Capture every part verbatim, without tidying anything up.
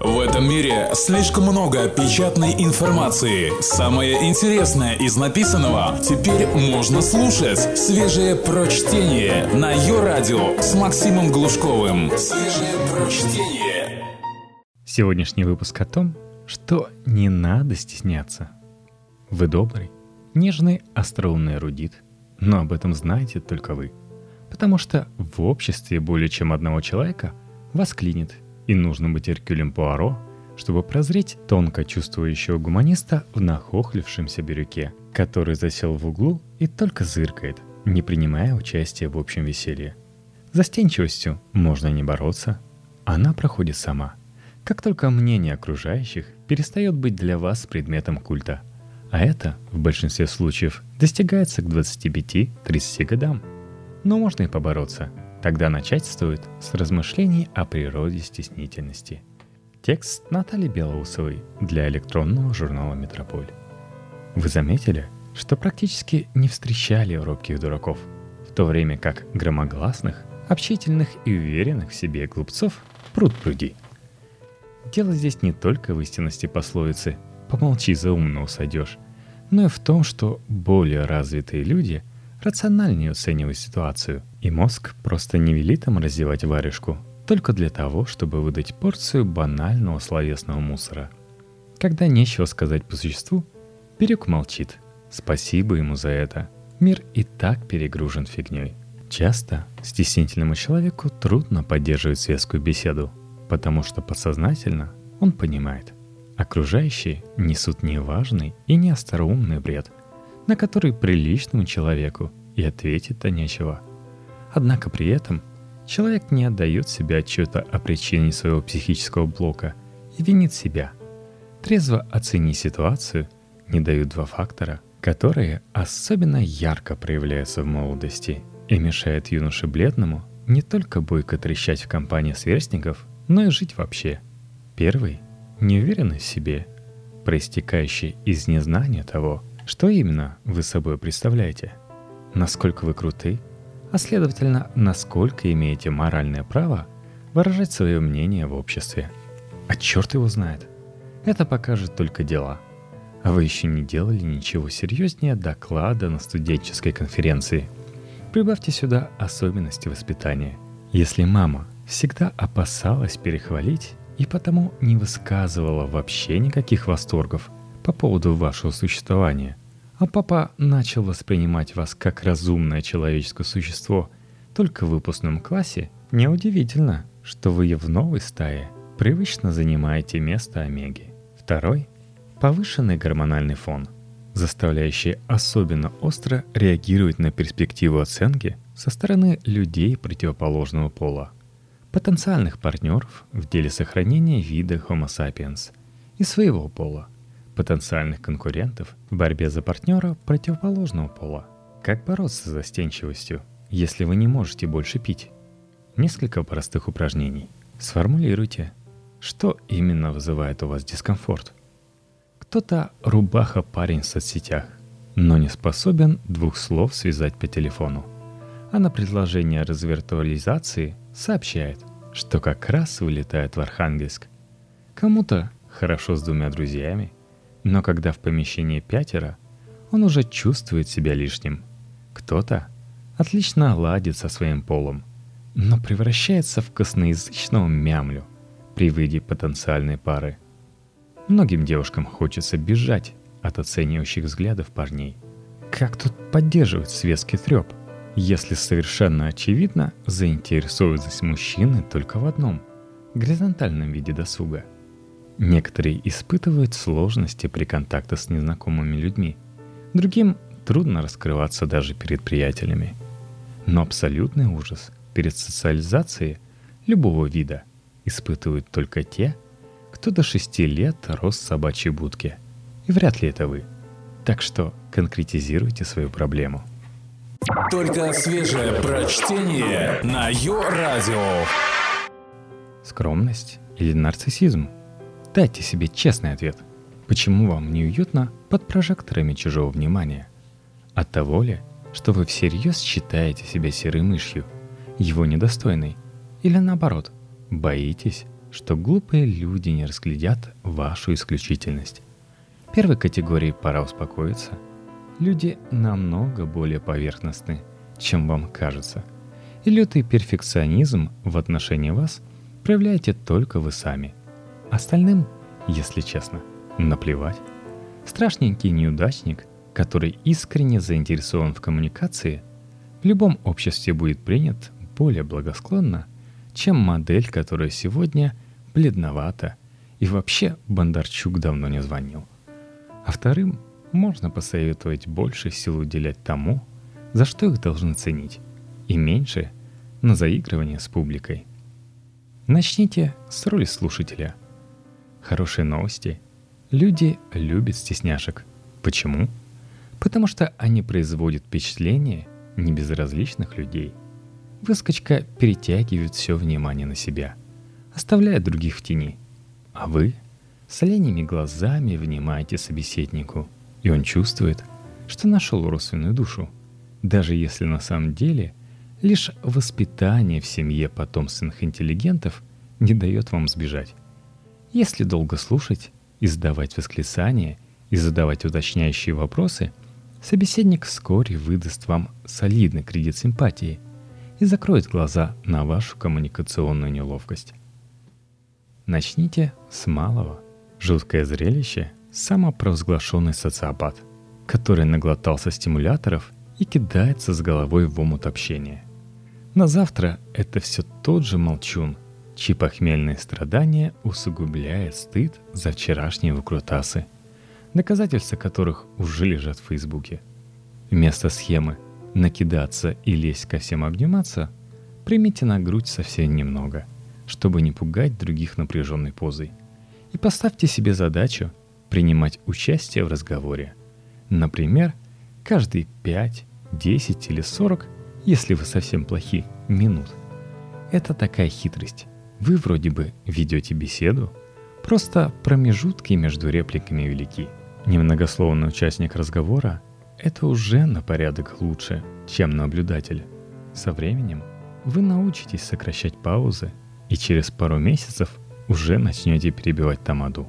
В этом мире слишком много печатной информации. Самое интересное из написанного теперь можно слушать. Свежее прочтение на Йо-Радио с Максимом Глушковым. Свежее прочтение. Сегодняшний выпуск о том, что не надо стесняться. Вы добрый, нежный, остроумный эрудит, но об этом знаете только вы. Потому что в обществе более чем одного человека вас клинит, и нужно быть Эркюлем Пуаро, чтобы прозреть тонко чувствующего гуманиста в нахохлившемся бирюке, который засел в углу и только зыркает, не принимая участия в общем веселье. Застенчивостью можно не бороться, она проходит сама. Как только мнение окружающих перестает быть для вас предметом культа. А это, в большинстве случаев, достигается к двадцати пяти - тридцати годам. Но можно и побороться. Тогда начать стоит с размышлений о природе стеснительности. Текст Натальи Белоусовой для электронного журнала «Метрополь». Вы заметили, что практически не встречали робких дураков, в то время как громогласных, общительных и уверенных в себе глупцов пруд-пруди. Дело здесь не только в истинности пословицы «помолчи, за умного сойдешь», но и в том, что более развитые люди рациональнее оценивают ситуацию, и мозг просто не велит им раздевать варежку только для того, чтобы выдать порцию банального словесного мусора. Когда нечего сказать по существу, Бирюк молчит. Спасибо ему за это. Мир и так перегружен фигней. Часто стеснительному человеку трудно поддерживать светскую беседу, потому что подсознательно он понимает, окружающие несут неважный и неостроумный бред, на который приличному человеку и ответить-то нечего. Однако при этом человек не отдает себе отчета о причине своего психического блока и винит себя. Трезво оценить ситуацию не дают два фактора, которые особенно ярко проявляются в молодости и мешают юноше бледному не только бойко трещать в компании сверстников, но и жить вообще. Первый — неуверенность в себе, проистекающий из незнания того, что именно вы собой представляете, насколько вы круты, а следовательно, насколько имеете моральное право выражать свое мнение в обществе. А черт его знает. Это покажет только дела. А вы еще не делали ничего серьезнее доклада на студенческой конференции. Прибавьте сюда особенности воспитания. Если мама всегда опасалась перехвалить и потому не высказывала вообще никаких восторгов по поводу вашего существования, а папа начал воспринимать вас как разумное человеческое существо только в выпускном классе, неудивительно, что вы в новой стае привычно занимаете место омеги. Второй – повышенный гормональный фон, заставляющий особенно остро реагировать на перспективу оценки со стороны людей противоположного пола, потенциальных партнеров в деле сохранения вида Homo sapiens и своего пола, потенциальных конкурентов в борьбе за партнера противоположного пола. Как бороться с застенчивостью, если вы не можете больше пить? Несколько простых упражнений. Сформулируйте, что именно вызывает у вас дискомфорт. Кто-то рубаха-парень в соцсетях, но не способен двух слов связать по телефону, а на предложение развиртуализации сообщает, что как раз вылетает в Архангельск. Кому-то хорошо с двумя друзьями, но когда в помещении пятеро, он уже чувствует себя лишним. Кто-то отлично ладит со своим полом, но превращается в косноязычного мямлю при виде потенциальной пары. Многим девушкам хочется бежать от оценивающих взглядов парней. Как тут поддерживать светский треп, если совершенно очевидно заинтересованность мужчины только в одном – горизонтальном виде досуга? Некоторые испытывают сложности при контакте с незнакомыми людьми. Другим трудно раскрываться даже перед приятелями. Но абсолютный ужас перед социализацией любого вида испытывают только те, кто до шести лет рос в собачьей будке. И вряд ли это вы. Так что конкретизируйте свою проблему. Только свежее прочтение на Йо-Радио. Скромность или нарциссизм? Дайте себе честный ответ. Почему вам неуютно под прожекторами чужого внимания? От того ли, что вы всерьез считаете себя серой мышью, его недостойной? Или наоборот, боитесь, что глупые люди не разглядят вашу исключительность. Первой категории пора успокоиться. Люди намного более поверхностны, чем вам кажется. И лютый перфекционизм в отношении вас проявляете только вы сами. Остальным, если честно, наплевать. Страшненький неудачник, который искренне заинтересован в коммуникации, в любом обществе будет принят более благосклонно, чем модель, которая сегодня бледновата и вообще Бондарчук давно не звонил. А вторым можно посоветовать больше сил уделять тому, за что их должны ценить, и меньше на заигрывание с публикой. Начните с роли слушателя. Хорошие новости. Люди любят стесняшек. Почему? Потому что они производят впечатление небезразличных людей. Выскочка перетягивает все внимание на себя, оставляя других в тени. А вы с оленями глазами внимаете собеседнику, и он чувствует, что нашел родственную душу, даже если на самом деле лишь воспитание в семье потомственных интеллигентов не дает вам сбежать. Если долго слушать, издавать восклицания и задавать уточняющие вопросы, собеседник вскоре выдаст вам солидный кредит симпатии и закроет глаза на вашу коммуникационную неловкость. Начните с малого. Жуткое зрелище – самопровозглашенный социопат, который наглотался стимуляторов и кидается с головой в омут общения. На завтра это все тот же молчун, чьи похмельные страдания усугубляет стыд за вчерашние выкрутасы, доказательства которых уже лежат в Фейсбуке. Вместо схемы «накидаться и лезть ко всем обниматься» примите на грудь совсем немного, чтобы не пугать других напряженной позой. И поставьте себе задачу принимать участие в разговоре. Например, каждые пять, десять или сорок, если вы совсем плохи, минут. Это такая хитрость. Вы вроде бы ведете беседу, просто промежутки между репликами велики. Немногословный участник разговора – это уже на порядок лучше, чем наблюдатель. Со временем вы научитесь сокращать паузы и через пару месяцев уже начнете перебивать тамаду.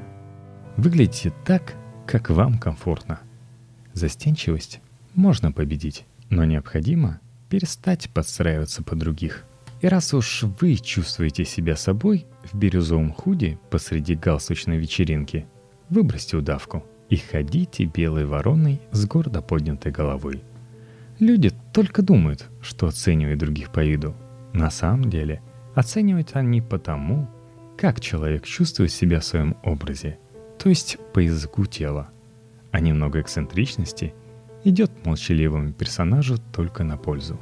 Выглядите так, как вам комфортно. Застенчивость можно победить, но необходимо перестать подстраиваться под других. И раз уж вы чувствуете себя собой в бирюзовом худи посреди галстучной вечеринки, выбросьте удавку и ходите белой вороной с гордо поднятой головой. Люди только думают, что оценивают других по виду. На самом деле оценивают они по тому, как человек чувствует себя в своем образе, то есть по языку тела. А немного эксцентричности идет молчаливому персонажу только на пользу.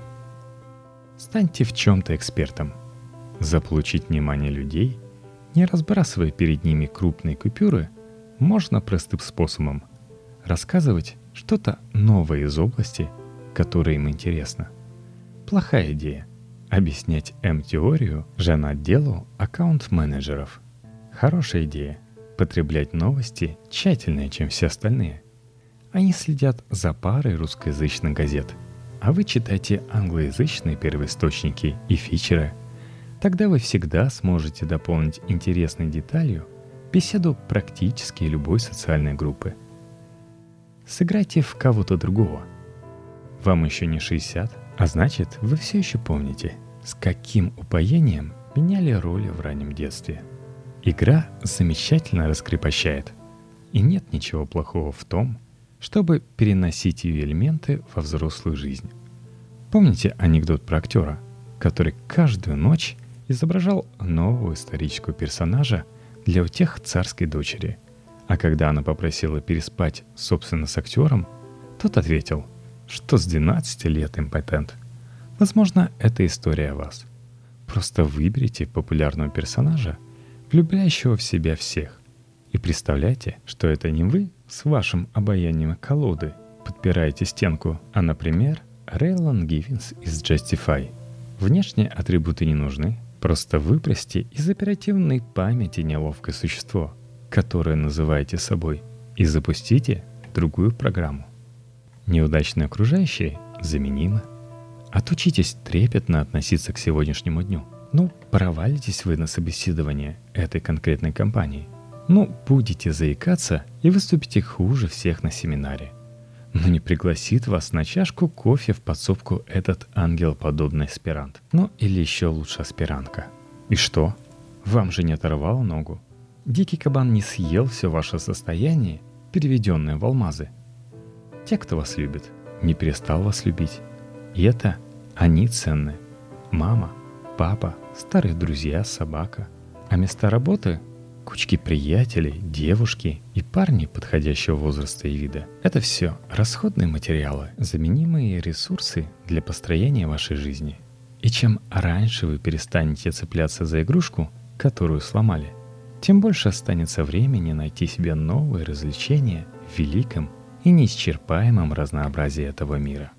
Станьте в чем-то экспертом. Заполучить внимание людей, не разбрасывая перед ними крупные купюры, можно простым способом – рассказывать что-то новое из области, которая им интересна. Плохая идея – объяснять эм-теорию женотделу аккаунт-менеджеров. Хорошая идея – потреблять новости тщательнее, чем все остальные. Они следят за парой русскоязычных газет, а вы читайте англоязычные первоисточники и фичеры. Тогда вы всегда сможете дополнить интересной деталью беседу практически любой социальной группы. Сыграйте в кого-то другого. Вам еще не шестьдесят, а значит, вы все еще помните, с каким упоением меняли роли в раннем детстве. Игра замечательно раскрепощает, и нет ничего плохого в том, чтобы переносить ее элементы во взрослую жизнь. Помните анекдот про актера, который каждую ночь изображал нового исторического персонажа для утех царской дочери, а когда она попросила переспать, собственно, с актером, тот ответил, что с двенадцати лет импотент. Возможно, это история о вас. Просто выберите популярного персонажа, влюбляющего в себя всех, и представляйте, что это не вы с вашим обаянием колоды подпираете стенку, а, например, Рейлан Гивенс из Justify. Внешние атрибуты не нужны, просто выбросьте из оперативной памяти неловкое существо, которое называете собой, и запустите другую программу. Неудачные окружающие заменимы. Отучитесь трепетно относиться к сегодняшнему дню. Ну, провалитесь вы на собеседование этой конкретной компании. Ну, будете заикаться и выступите хуже всех на семинаре. Но не пригласит вас на чашку кофе в подсобку этот ангелоподобный аспирант. Ну, или еще лучше аспирантка. И что? Вам же не оторвало ногу? Дикий кабан не съел все ваше состояние, переведенное в алмазы. Те, кто вас любит, не перестал вас любить. И это они ценны. Мама, папа, старые друзья, собака. А места работы — кучки приятелей, девушки и парни подходящего возраста и вида. Это все расходные материалы, заменимые ресурсы для построения вашей жизни. И чем раньше вы перестанете цепляться за игрушку, которую сломали, тем больше останется времени найти себе новые развлечения в великом и неисчерпаемом разнообразии этого мира.